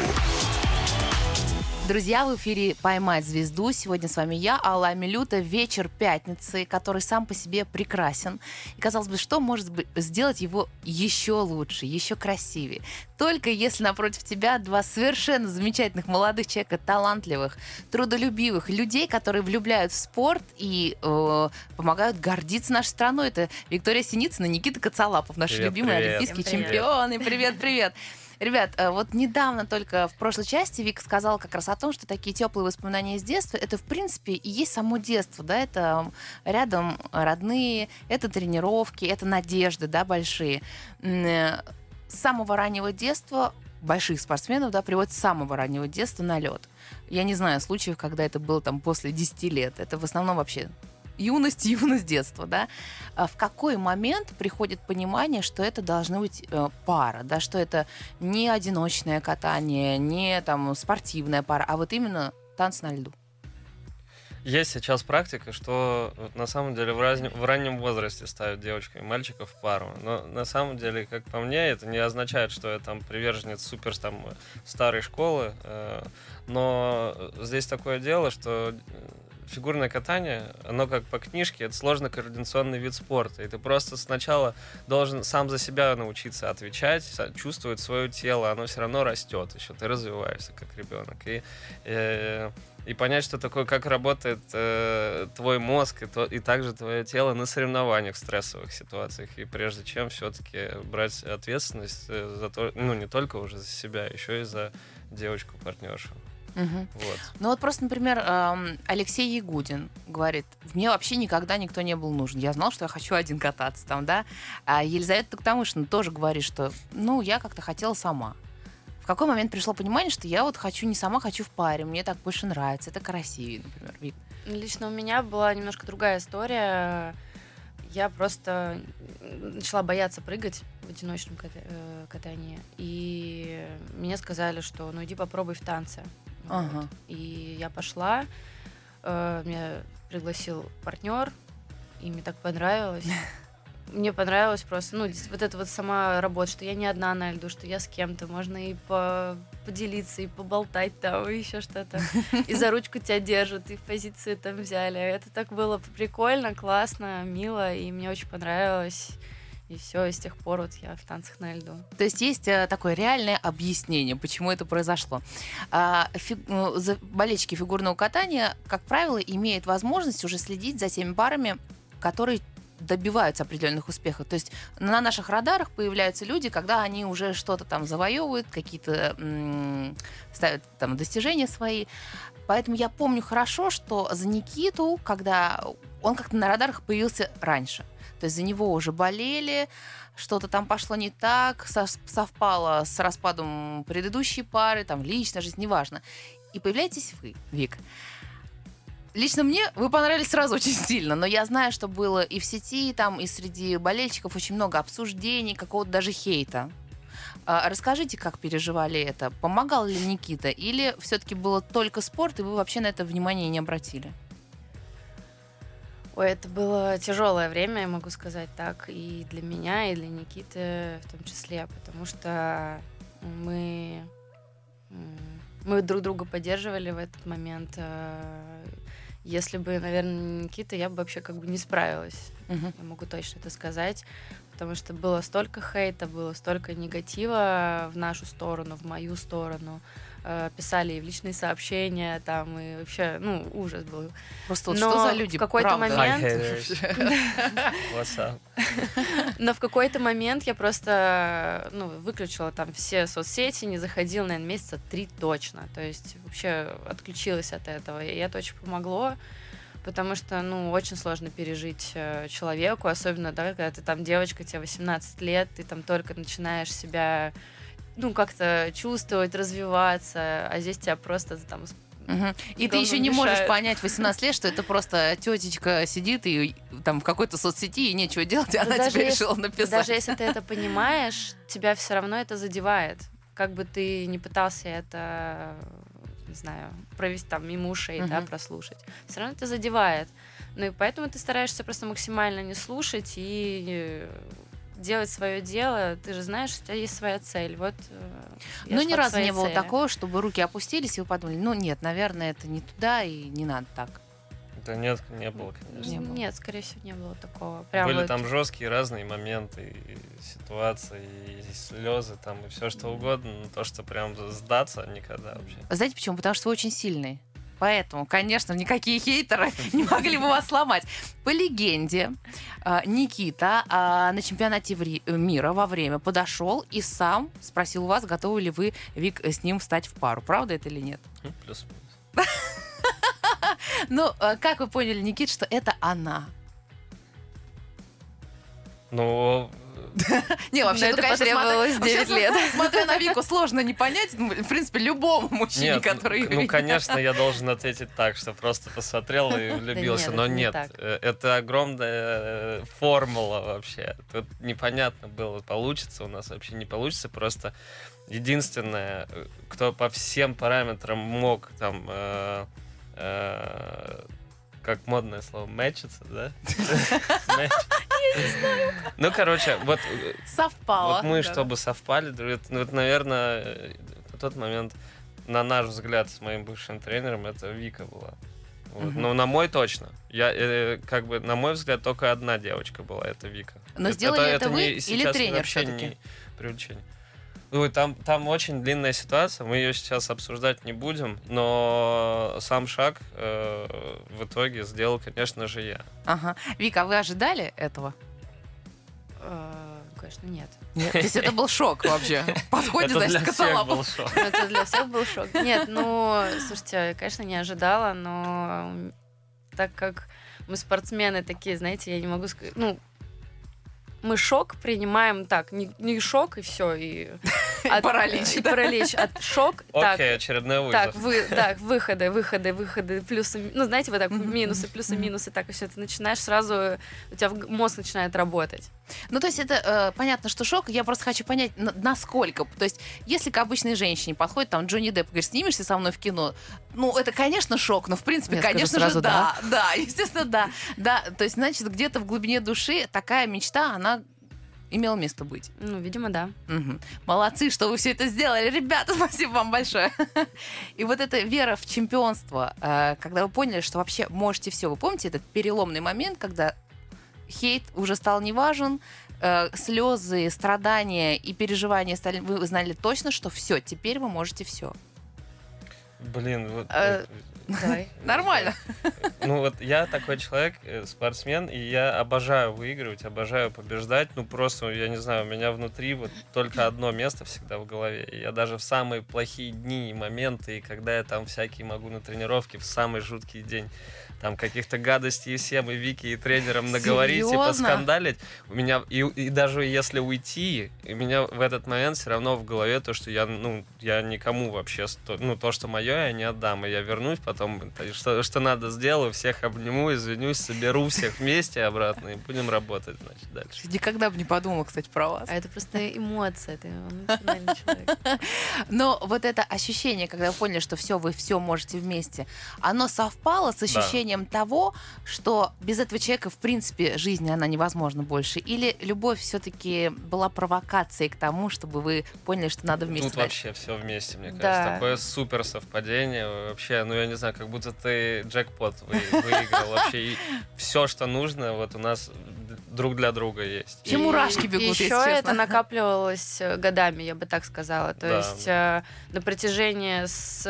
Друзья, в эфире «Поймать звезду». Сегодня с вами я, Алла Амилюта. Вечер пятницы, который сам по себе прекрасен. И, казалось бы, что может сделать его еще лучше, еще красивее? Только если напротив тебя два совершенно замечательных молодых человека, талантливых, трудолюбивых людей, которые влюбляют в спорт и помогают гордиться нашей страной. Это Виктория Синицына, Никита Коцалапов, наши любимые олимпийские чемпионы. Привет! Ребят, вот недавно только в прошлой части Вика сказала как раз о том, что такие теплые воспоминания из детства, это, в принципе, и есть само детство, да, это рядом родные, это тренировки, это надежды, да, большие. С самого раннего детства больших спортсменов, да, приводят с самого раннего детства на лед. Я не знаю случаев, когда это было там после 10 лет. Это в основном вообще юность детства, да. В какой момент приходит понимание, что это должна быть пара, да, что это не одиночное катание, не там спортивная пара, а вот именно танцы на льду? Есть сейчас практика, что на самом деле в раннем возрасте ставят девочку и мальчика в пару. Но на самом деле, как по мне, это не означает, что я там приверженец супер там старой школы. Но здесь такое дело, что фигурное катание, оно как по книжке, это сложно-координационный вид спорта. И ты просто сначала должен сам за себя научиться отвечать, чувствовать свое тело, оно все равно растет еще, ты развиваешься как ребенок. И понять, что такое, как работает твой мозг и также твое тело на соревнованиях в стрессовых ситуациях. И прежде чем все-таки брать ответственность за то, ну не только уже за себя, еще и за девочку-партнершу. Угу. Вот. Ну вот просто, например, Алексей Ягудин говорит, мне вообще никогда никто не был нужен. Я знал, что я хочу один кататься там, да. А Елизавета Токтамышина тоже говорит, что, ну, я как-то хотела сама. В какой момент пришло понимание, что я вот хочу не сама, хочу в паре, мне так больше нравится, это красивее, например, Вик? Лично у меня была немножко другая история. Я просто начала бояться прыгать в одиночном катании. И мне сказали, что ну иди попробуй в танце. Ага. Вот. И я пошла, меня пригласил партнер, и мне так понравилось. Мне понравилось просто, ну, вот эта вот сама работа, что я не одна на льду, что я с кем-то, можно и поделиться, и поболтать там, и еще что-то. И за ручку тебя держат, и в позицию там взяли. Это так было прикольно, классно, мило, и мне очень понравилось. И все, и с тех пор вот я в танцах на льду. То есть есть такое реальное объяснение, почему это произошло. Болельщики фигурного катания, как правило, имеют возможность уже следить за теми парами, которые добиваются определенных успехов. То есть на наших радарах появляются люди, когда они уже что-то там завоевывают, какие-то ставят там достижения свои. Поэтому я помню хорошо, что за Никиту, когда он как-то на радарах появился раньше, то есть за него уже болели, что-то там пошло не так, совпало с распадом предыдущей пары, там личная жизнь, неважно. И появляетесь вы, Вик. Лично мне вы понравились сразу очень сильно, но я знаю, что было и в сети, там, и среди болельщиков очень много обсуждений, какого-то даже хейта. Расскажите, как переживали это? Помогал ли Никита? Или все-таки было только спорт, и вы вообще на это внимание не обратили? Ой, это было тяжелое время, я могу сказать так, и для меня, и для Никиты в том числе, потому что мы друг друга поддерживали в этот момент. Если бы, наверное, не Никита, я бы вообще как бы не справилась. Я могу точно это сказать, потому что было столько хейта, было столько негатива в нашу сторону, в мою сторону. Писали и в личные сообщения, там, и вообще, ну, ужас был. Просто вот что за люди, в какой-то момент... Но в какой-то момент я просто, ну, выключила там все соцсети, не заходила, наверное, месяца 3 точно. То есть вообще отключилась от этого. И это очень помогло, потому что, ну, очень сложно пережить человеку, особенно, да, когда ты там девочка, тебе 18 лет, ты там только начинаешь себя... ну, как-то чувствовать, развиваться, а здесь тебя просто там... И ты еще не можешь понять в 18 лет, что это просто тетечка сидит и там в какой-то соцсети и нечего делать, и она тебе решила написать. Даже если ты это понимаешь, тебя все равно это задевает. Как бы ты не пытался это, не знаю, провести там мимо ушей, да, прослушать. Все равно это задевает. Ну и поэтому ты стараешься просто максимально не слушать и... делать свое дело, ты же знаешь, у тебя есть своя цель. Вот. Ну, ни разу не было такого, чтобы руки опустились, и вы подумали, ну, нет, наверное, это не туда, и не надо так. Да нет, не было, конечно. Нет, скорее всего, не было такого. Прям были вот... там жесткие разные моменты, и ситуации, и слезы, там, и все что угодно, но то, что прям сдаться никогда вообще. Знаете почему? Потому что вы очень сильный. Поэтому, конечно, никакие хейтеры не могли бы вас сломать. По легенде, Никита на чемпионате мира во время подошел и сам спросил вас, готовы ли вы, Вик, с ним встать в пару. Правда это или нет? Плюс-минус. Ну, как вы поняли, Никит, что это она? Ну... Не, вообще, это потребовалось 9 лет. Смотря на Вику, сложно не понять, в принципе, любому мужчине, который... Ну, конечно, я должен ответить так, что просто посмотрел и влюбился, но нет, это огромная формула вообще. Тут непонятно было, получится у нас, вообще не получится, просто единственное, кто по всем параметрам мог там... как модное слово, мэчиться, да? Ну, короче, вот... Совпало. Вот мы, чтобы совпали, вот, наверное, на тот момент, на наш взгляд, с моим бывшим тренером, это Вика была. Вот. Но на мой точно. Я, как бы, на мой взгляд, только одна девочка была, это Вика. Но сделали это вы или тренер все-таки? Не привлечение. Ой, там очень длинная ситуация, мы ее сейчас обсуждать не будем, но сам шаг в итоге сделал, конечно же, я. Ага. Вика, а вы ожидали этого? Конечно, нет. То есть это был шок вообще? Подходит, значит, к Салапу. Это для всех был шок. Нет, ну, слушайте, конечно, не ожидала, но так как мы спортсмены такие, знаете, я не могу сказать, ну, мы шок принимаем так, не шок и все, и паралич. И паралич, от шок. Окей, очередной вызов. Так, выходы, плюсы, ну, знаете, вот так, плюсы-минусы, так, и все, ты начинаешь сразу, у тебя мозг начинает работать. Ну, то есть это понятно, что шок, я просто хочу понять, насколько. То есть, если к обычной женщине подходит там Джонни Депп и говорит, снимешься со мной в кино, ну, это, конечно, шок, но, в принципе, я конечно сразу же, да, естественно, да. То есть, значит, где-то в глубине души такая мечта, она имела место быть. Ну, видимо, да. Угу. Молодцы, что вы все это сделали. Ребята, спасибо вам большое. И вот эта вера в чемпионство, когда вы поняли, что вообще можете все. Вы помните этот переломный момент, когда хейт уже стал неважен, слезы, страдания и переживания стали, вы знали точно, что все, теперь вы можете все. Блин, вот... Давай. Нормально. Ну вот я такой человек, спортсмен, и я обожаю выигрывать, обожаю побеждать. Ну просто, я не знаю, у меня внутри вот только одно место всегда в голове. И я даже в самые плохие дни и моменты, и когда я там всякие могу на тренировке в самый жуткий день там каких-то гадостей и всем, и Вике, и тренерам наговорить, и поскандалить. У меня, и даже если уйти, у меня в этот момент все равно в голове то, что я никому вообще, то, что мое, я не отдам. И я вернусь потом, что надо, сделаю, всех обниму, извинюсь, соберу всех вместе обратно, и будем работать, значит, дальше. Никогда бы не подумала, кстати, про вас. А это просто эмоция, ты эмоциональный человек. Но вот это ощущение, когда вы поняли, что все, вы все можете вместе, оно совпало с ощущением того, что без этого человека, в принципе, жизнь, она невозможна больше? Или любовь все-таки была провокацией к тому, чтобы вы поняли, что надо вместе? Тут вообще все вместе, мне кажется. Такое супер совпадение. Вообще, я не знаю, как будто ты джекпот выиграл вообще. И все, что нужно, вот у нас друг для друга есть. Чем мурашки бегут, если честно. Еще это накапливалось годами, я бы так сказала. То есть на протяжении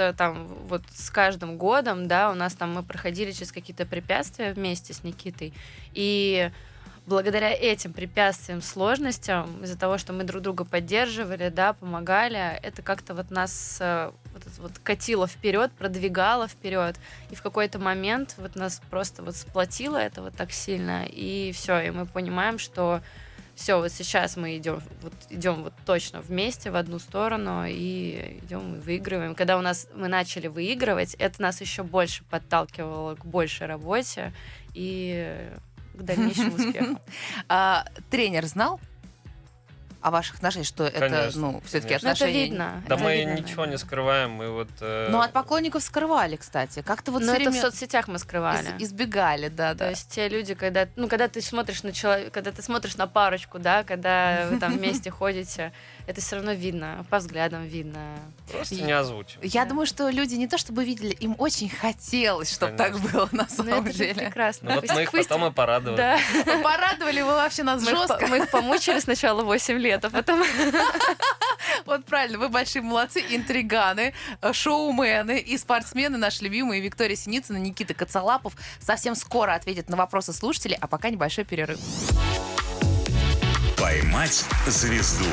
с каждым годом, да, у нас там мы проходили через какие-то препятствия вместе с Никитой. И благодаря этим препятствиям, сложностям, из-за того, что мы друг друга поддерживали, да, помогали, это как-то вот нас катило вперед, продвигало вперед. И в какой-то момент вот нас просто вот сплотило это вот так сильно. И все, и мы понимаем, что все, вот сейчас мы идем вот точно вместе в одну сторону и идем и выигрываем. Когда мы начали выигрывать, это нас еще больше подталкивало к большей работе и к дальнейшему успеху. Тренер знал о ваших отношениях, что Конечно, это, все-таки конечно. отношения? Это видно. Да, это мы видно, ничего не скрываем, мы вот... Но от поклонников скрывали, кстати. Как-то вот Но все это время в соцсетях мы скрывали. избегали, да. То есть те люди, когда ты смотришь на человека, когда ты смотришь на парочку, да, когда вы там вместе ходите, это все равно видно, по взглядам видно. Просто не озвучиваем. Я думаю, что люди не то чтобы видели, им очень хотелось, чтобы так было на самом это деле. же прекрасно. Ну вот мы их потом и порадовали. Да. Порадовали вы вообще нас жестко. Мы их помучили сначала 8 лет, а потом... Вот правильно, вы большие молодцы, интриганы, шоумены и спортсмены, наши любимые Виктория Синицына, Никита Коцалапов. Совсем скоро ответят на вопросы слушателей, а пока небольшой перерыв. «Поймать звезду».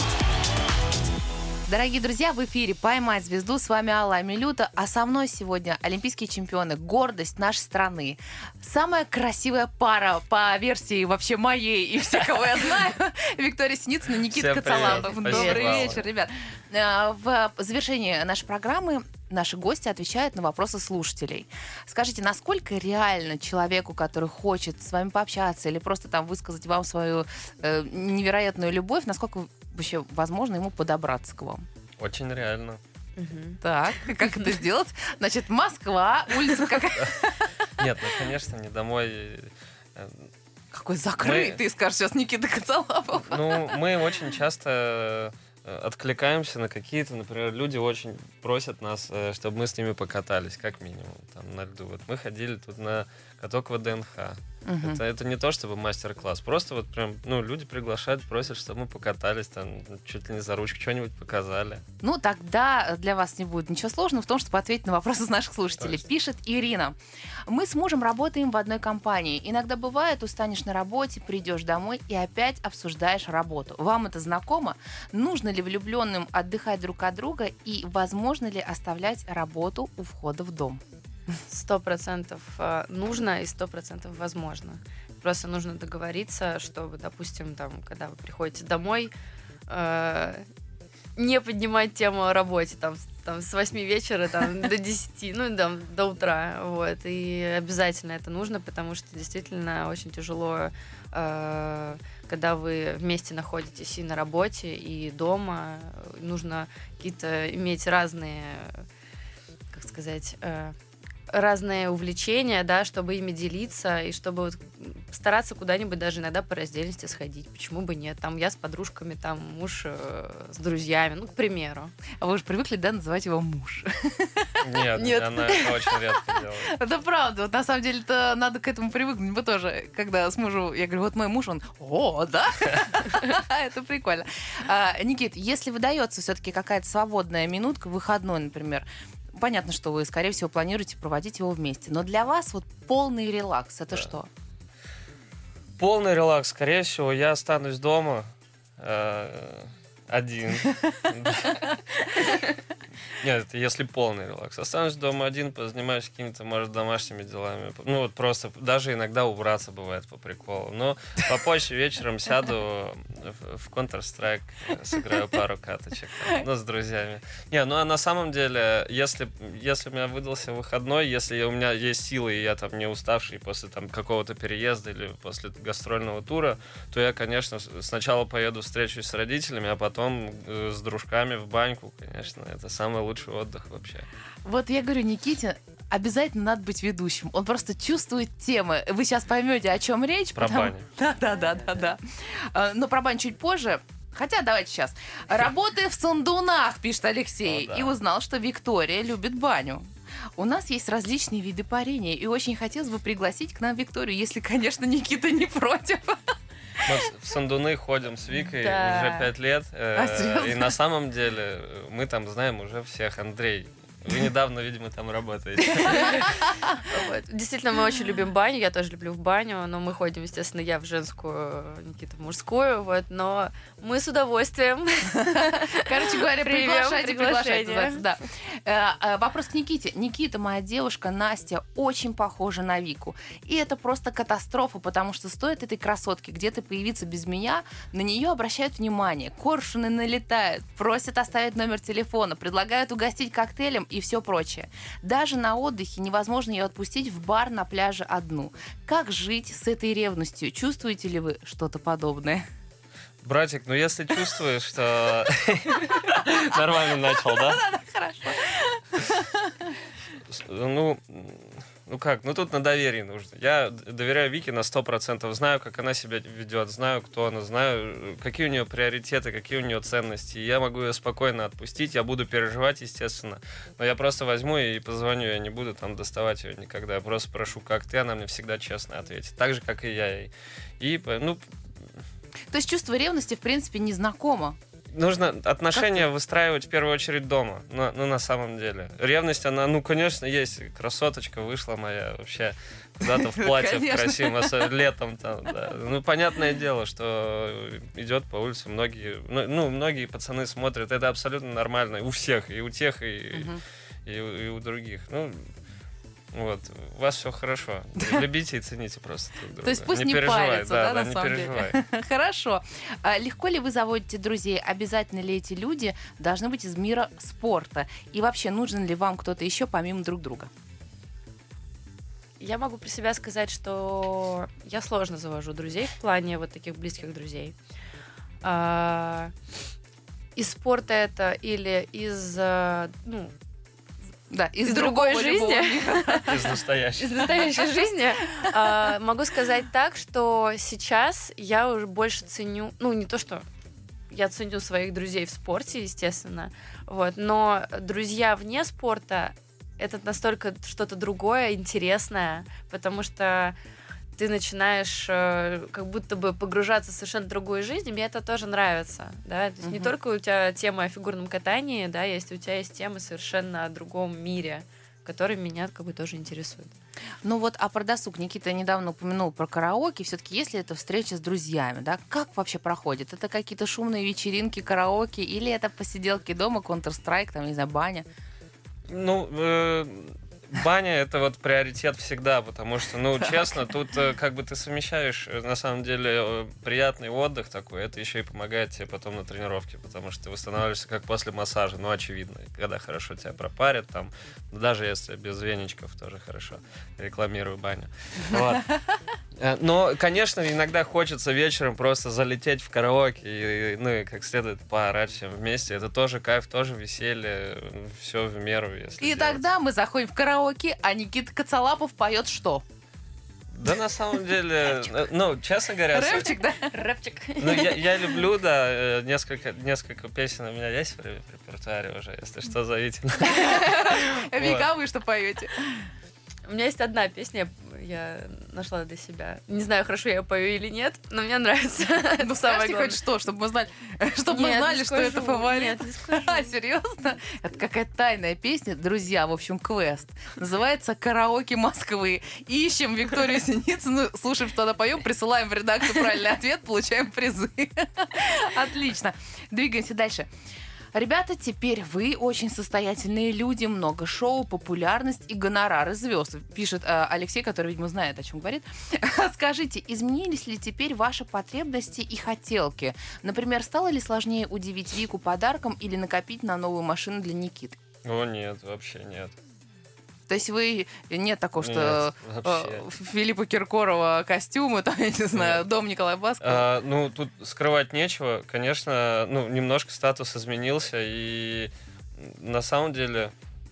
Дорогие друзья, в эфире «Поймать звезду». С вами Алла Амилюта, а со мной сегодня олимпийские чемпионы, гордость нашей страны. Самая красивая пара по версии вообще моей и всех, кого я знаю. Виктория Синицына, Никита Коцалапов. Добрый вечер, ребят. В завершении нашей программы наши гости отвечают на вопросы слушателей. Скажите, насколько реально человеку, который хочет с вами пообщаться или просто там высказать вам свою невероятную любовь, насколько вообще возможно ему подобраться к вам? Очень реально. Так, как это сделать? Значит, Москва, улица какая? Нет, конечно, не домой. Какой закрытый, скажешь сейчас Никита Коцалапов. Ну, мы очень часто откликаемся на какие-то, например, люди очень просят нас, чтобы мы с ними покатались, как минимум, там, на льду. Вот мы ходили тут на каток ВДНХ. Это не то, чтобы мастер-класс, просто вот прям, люди приглашают, просят, чтобы мы покатались, там, чуть ли не за ручку, что-нибудь показали. Ну, тогда для вас не будет ничего сложного в том, чтобы ответить на вопросы наших слушателей. Точно. Пишет Ирина. Мы с мужем работаем в одной компании. Иногда бывает, устанешь на работе, придешь домой и опять обсуждаешь работу. Вам это знакомо? Нужно ли влюбленным отдыхать друг от друга и возможно ли оставлять работу у входа в дом? 100% нужно и 100% возможно. Просто нужно договориться, чтобы, допустим, там, когда вы приходите домой, не поднимать тему о работе там с 8 вечера до 10, до утра. Вот. И обязательно это нужно, потому что действительно очень тяжело, когда вы вместе находитесь и на работе, и дома. Нужно какие-то иметь разные, как сказать, разные увлечения, да, чтобы ими делиться, и чтобы вот стараться куда-нибудь даже иногда по раздельности сходить. Почему бы нет? Там я с подружками, там муж с друзьями, ну, к примеру. А вы уже привыкли, да, называть его муж? Нет, она это очень редко делает. Это правда. Вот на самом деле-то надо к этому привыкнуть. Мы тоже, когда с мужем, я говорю, вот мой муж, он, о, да? Это прикольно. Никит, если выдается все-таки какая-то свободная минутка, выходной, например, понятно, что вы, скорее всего, планируете проводить его вместе. Но для вас вот полный релакс — это что? Полный релакс. Скорее всего, я останусь дома один. Нет, это если полный релакс. Останусь дома один, позанимаюсь какими-то, может, домашними делами. Ну, вот просто даже иногда убраться бывает по приколу. Но попозже вечером сяду в Counter-Strike, сыграю пару каточек, ну, с друзьями. Не, ну, а на самом деле, если у меня выдался выходной, если у меня есть силы, и я там не уставший после там какого-то переезда или после гастрольного тура, то я, конечно, сначала поеду встречусь с родителями, а потом с дружками в баньку, конечно. Это самый лучший отдых вообще. Вот я говорю, Никите обязательно надо быть ведущим. Он просто чувствует темы. Вы сейчас поймете, о чем речь. Про баню. Да. Но про баню чуть позже. Хотя давайте сейчас. Работая в Сандунах, пишет Алексей, О, да. и узнал, что Виктория любит баню. У нас есть различные виды парения, и очень хотелось бы пригласить к нам Викторию, если, конечно, Никита не против. Мы в Сандуны ходим с Викой Да. уже 5 лет. серьезно? И на самом деле мы там знаем уже всех. Андрей, вы недавно, видимо, там работаете. Вот. Действительно, мы очень любим баню, я тоже люблю в баню, но мы ходим, естественно, я в женскую, Никита в мужскую, вот, но мы с удовольствием. Короче говоря, Примем приглашайте, приглашение. называется, да. Вопрос к Никите. Никита, моя девушка Настя, очень похожа на Вику. И это просто катастрофа, потому что стоит этой красотке где-то появиться без меня, на нее обращают внимание, коршуны налетают, просят оставить номер телефона, предлагают угостить коктейлем и все прочее. Даже на отдыхе невозможно ее отпустить в бар на пляже одну. Как жить с этой ревностью? Чувствуете ли вы что-то подобное? Братик, ну если чувствуешь, что... Нормально начал, да? Хорошо. Ну как, ну тут на доверии нужно. Я доверяю Вике на 100%, знаю, как она себя ведет, знаю, кто она, знаю, какие у нее приоритеты, какие у нее ценности. И я могу ее спокойно отпустить, я буду переживать, естественно. Но я просто возьму и позвоню, я не буду там доставать ее никогда. Я просто прошу, как ты, она мне всегда честно ответит. Так же, как и я ей. И, ну... То есть чувство ревности, в принципе, не знакомо. Нужно отношения выстраивать в первую очередь дома. Ну, на самом деле. Ревность, она, ну, конечно, есть. Красоточка вышла моя вообще куда-то в платье в красивом, особенно летом там, да. Ну, понятное дело, что идет по улице, многие пацаны смотрят. Это абсолютно нормально. У всех, и у тех, и у других. Ну, вот, у вас все хорошо. Любите и цените просто друг друга. То есть пусть не переживай, парятся, да, на не самом переживай. деле. Хорошо. А легко ли вы заводите друзей? Обязательно ли эти люди должны быть из мира спорта? И вообще, нужен ли вам кто-то еще помимо друг друга? Я могу про себя сказать, что я сложно завожу друзей в плане вот таких близких друзей. Из спорта это или из, Да, из другой жизни. Из настоящей. Из настоящей жизни. Могу сказать так, что сейчас я уже больше ценю, ну, не то, что я ценю своих друзей в спорте, естественно, вот, но друзья вне спорта — это настолько что-то другое, интересное, потому что ты начинаешь как будто бы погружаться в совершенно другую жизнь, и мне это тоже нравится, да, то есть не только у тебя тема о фигурном катании, да, у тебя есть темы совершенно о другом мире, который меня как бы тоже интересует. Ну вот, а про досуг Никита недавно упомянул про караоке. Все-таки если это встреча с друзьями, да, как вообще проходит? Это какие-то шумные вечеринки, караоке, или это посиделки дома, Counter-Strike, там, не знаю, баня? Ну, баня — это вот приоритет всегда, потому что, ну, честно, тут как бы ты совмещаешь, на самом деле, приятный отдых такой, это еще и помогает тебе потом на тренировке, потому что ты восстанавливаешься как после массажа, ну, очевидно, когда хорошо тебя пропарят, там, даже если без веничков, тоже хорошо, рекламирую баню. Вот. Но, конечно, иногда хочется вечером просто залететь в караоке и как следует поорать всем вместе. Это тоже кайф, тоже веселье, все в меру, если И делать. тогда мы заходим в караоке, а Никита Коцалапов поет что? Да, на самом деле, честно говоря... Рэпчик, да? Рэпчик. Я люблю, да, несколько песен у меня есть в репертуаре уже, если что, зовите. Вика, вы что поете? У меня есть одна песня, я нашла для себя. Не знаю, хорошо я пою или нет, но мне нравится. Ну, скажите хоть что, чтобы мы знали, что это фаворит. Нет, не скажу. Серьезно? Это какая-то тайная песня. Друзья, в общем, квест. Называется «Караоке Москвы». Ищем Викторию Синицыну, слушаем, что она поем, присылаем в редакцию правильный ответ, получаем призы. Отлично. Двигаемся дальше. Ребята, теперь вы очень состоятельные люди, много шоу, популярность и гонорары звезд, пишет Алексей, который, видимо, знает, о чем говорит. Скажите, изменились ли теперь ваши потребности и хотелки? Например, стало ли сложнее удивить Вику подарком или накопить на новую машину для Никиты? О, нет, вообще нет. То есть вы нет такого, что Нет, вообще. Филиппа Киркорова костюмы, там, я не знаю, дом Николая Баскова? Тут скрывать нечего. Конечно, немножко статус изменился, и на самом деле...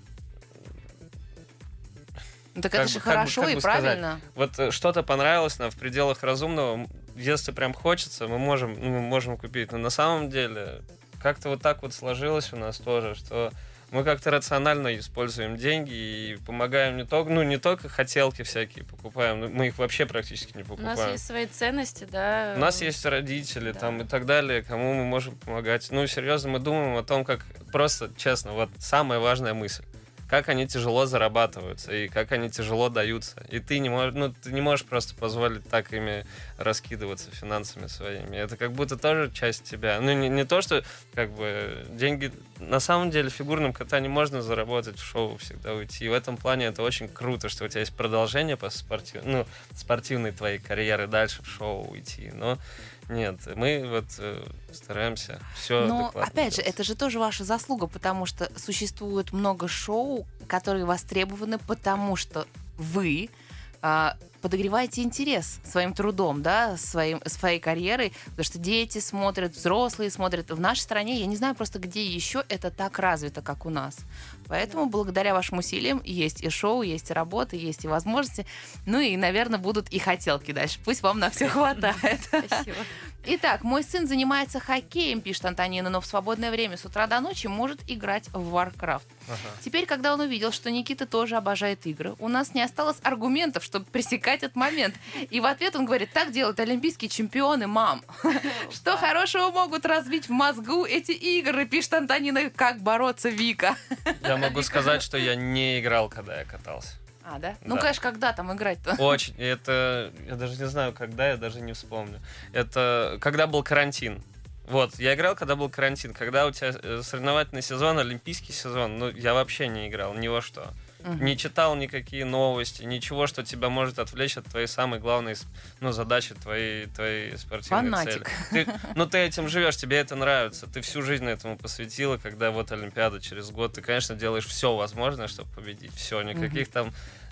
Так это же хорошо и правильно. Вот что-то понравилось нам в пределах разумного. Если прям хочется, мы можем купить. Но на самом деле как-то вот так вот сложилось у нас тоже, что... Мы как-то рационально используем деньги и помогаем не только хотелки всякие покупаем, мы их вообще практически не У покупаем. нас есть свои ценности, да. У нас есть родители, Да. там и так далее, кому мы можем помогать. Серьезно, мы думаем о том, как просто, честно, вот самая важная мысль. Как они тяжело зарабатываются и как они тяжело даются. И ты не можешь просто позволить так ими раскидываться финансами своими. Это как будто тоже часть тебя. Не то, что как бы деньги... На самом деле в фигурном катании можно заработать, в шоу всегда уйти. И в этом плане это очень круто, что у тебя есть продолжение по спортивной твоей карьеры дальше в шоу уйти. Но нет, мы вот стараемся все. Но, опять же, это же тоже ваша заслуга, потому что существует много шоу, которые востребованы, потому что вы подогреваете интерес своим трудом, да, своей карьерой, потому что дети смотрят, взрослые смотрят. В нашей стране, я не знаю просто, где еще это так развито, как у нас. Поэтому благодаря вашим усилиям есть и шоу, есть и работа, есть и возможности. И, наверное, будут и хотелки дальше. Пусть вам на все хватает. Спасибо. Итак, мой сын занимается хоккеем, пишет Антонина, но в свободное время с утра до ночи может играть в Warcraft. Ага. Теперь, когда он увидел, что Никита тоже обожает игры, у нас не осталось аргументов, чтобы пресекать этот момент. И в ответ он говорит: так делают олимпийские чемпионы, мам. Что хорошего могут развить в мозгу эти игры, пишет Антонина, как бороться, Вика. Я могу сказать, что я не играл, когда я катался. А, да? Да. Конечно, когда там играть-то? Очень. Это... Я даже не знаю, когда, я даже не вспомню. Это когда был карантин. Вот, я играл, когда был карантин. Когда у тебя соревновательный сезон, олимпийский сезон, я вообще не играл ни во что. Не читал никакие новости, ничего, что тебя может отвлечь от твоей самой главной задачи, твоей спортивной Фанатик. цели. Ты этим живешь, тебе это нравится. Ты всю жизнь этому посвятила, когда вот Олимпиада через год. Ты, конечно, делаешь все возможное, чтобы победить. Все, никаких там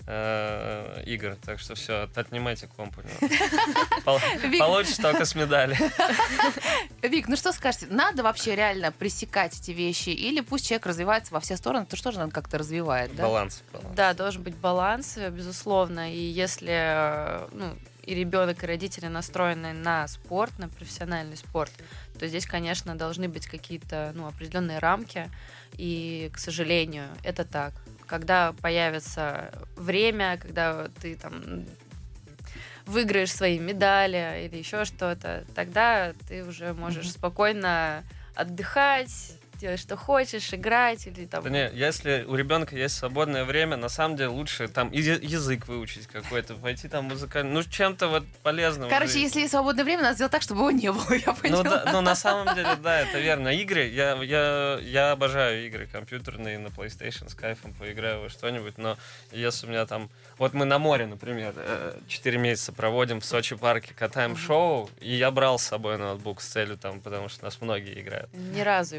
игр. Так что все, отнимайте комп у него. Получишь только с медали. Вик, что скажете? Надо вообще реально пресекать эти вещи? Или пусть человек развивается во все стороны? Это что же надо как-то развивать, да? Баланс. Да, должен быть баланс, безусловно. И если и ребенок, и родители настроены на спорт, на профессиональный спорт, то здесь, конечно, должны быть какие-то определенные рамки. И, к сожалению, это так. Когда появится время, когда ты там выиграешь свои медали или еще что-то, тогда ты уже можешь спокойно отдыхать, делать, что хочешь, играть или там... Да не, если у ребенка есть свободное время, на самом деле лучше там язык выучить какой-то, пойти там музыкальный, чем-то вот полезным. Короче, если есть свободное время, надо сделать так, чтобы его не было, я поняла. На самом деле, да, это верно. Игры, я обожаю игры компьютерные на PlayStation, с кайфом поиграю во что-нибудь, но если у меня там... Вот мы на море, например, 4 месяца проводим в Сочи парке, катаем шоу, и я брал с собой ноутбук с целью там, потому что нас многие играют. Ни разу его не Я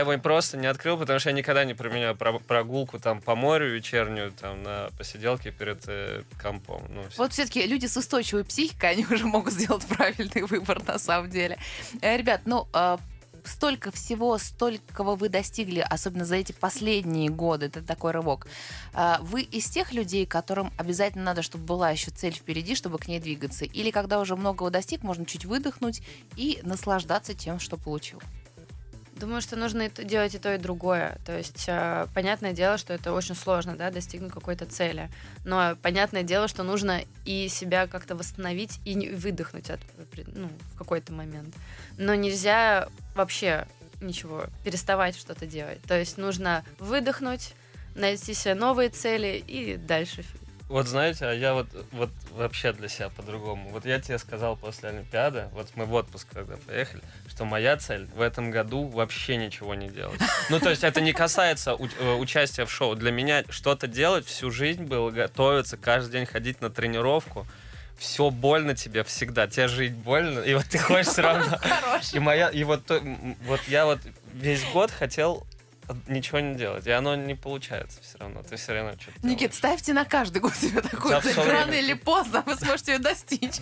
его просто не открыл, потому что я никогда не применяю прогулку там по морю вечернюю, там на посиделке перед компом. Ну, вот все-таки люди с устойчивой психикой, они уже могут сделать правильный выбор на самом деле. Ребят, столько всего, столького вы достигли, особенно за эти последние годы, это такой рывок. Вы из тех людей, которым обязательно надо, чтобы была еще цель впереди, чтобы к ней двигаться? Или когда уже многого достиг, можно чуть выдохнуть и наслаждаться тем, что получил? Думаю, что нужно делать и то, и другое. То есть, понятное дело, что это очень сложно, да, достигнуть какой-то цели. Но понятное дело, что нужно и себя как-то восстановить, и выдохнуть в какой-то момент. Но нельзя вообще ничего, переставать что-то делать. То есть нужно выдохнуть, найти себе новые цели и дальше. Вот знаете, а я вот вообще для себя по-другому. Вот я тебе сказал после Олимпиады, вот мы в отпуск когда поехали, что моя цель в этом году вообще ничего не делать. Ну, то есть это не касается участия в шоу. Для меня что-то делать всю жизнь было, готовиться, каждый день ходить на тренировку. Все больно тебе всегда. Тебе жить больно, и вот ты ходишь все равно. И вот я вот весь год хотел ничего не делать, и оно не получается все равно. Ты все равно что-то Никит, делаешь. ставьте на каждый год себе такой цель. Рано или поздно вы сможете ее достичь.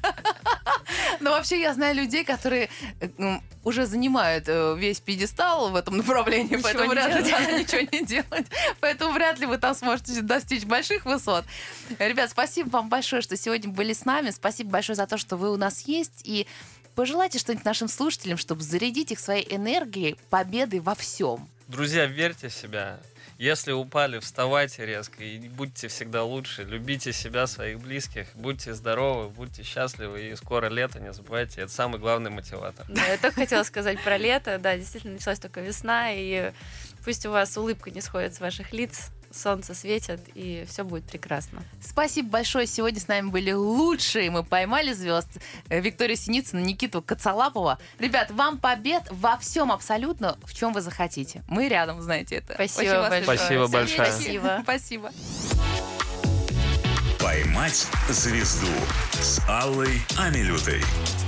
Но вообще я знаю людей, которые уже занимают весь пьедестал в этом направлении, поэтому вряд ли ничего не делать. Поэтому вряд ли вы там сможете достичь больших высот. Ребят, спасибо вам большое, что сегодня были с нами. Спасибо большое за то, что вы у нас есть. И пожелайте что-нибудь нашим слушателям, чтобы зарядить их своей энергией, победой во всем. Друзья, верьте в себя. Если упали, вставайте резко и будьте всегда лучше. Любите себя, своих близких. Будьте здоровы, будьте счастливы. И скоро лето, не забывайте. Это самый главный мотиватор. Да, я только хотела сказать про лето. Да, действительно, началась только весна. И пусть у вас улыбка не сходит с ваших лиц. Солнце светит, и все будет прекрасно. Спасибо большое. Сегодня с нами были лучшие. Мы поймали звезд. Виктория Синицына, Никиту Коцалапова. Ребят, вам побед во всем абсолютно, в чем вы захотите. Мы рядом, знаете это. Спасибо большое. Спасибо большое. Спасибо. Спасибо. «Поймать звезду» с Аллой Амилютой.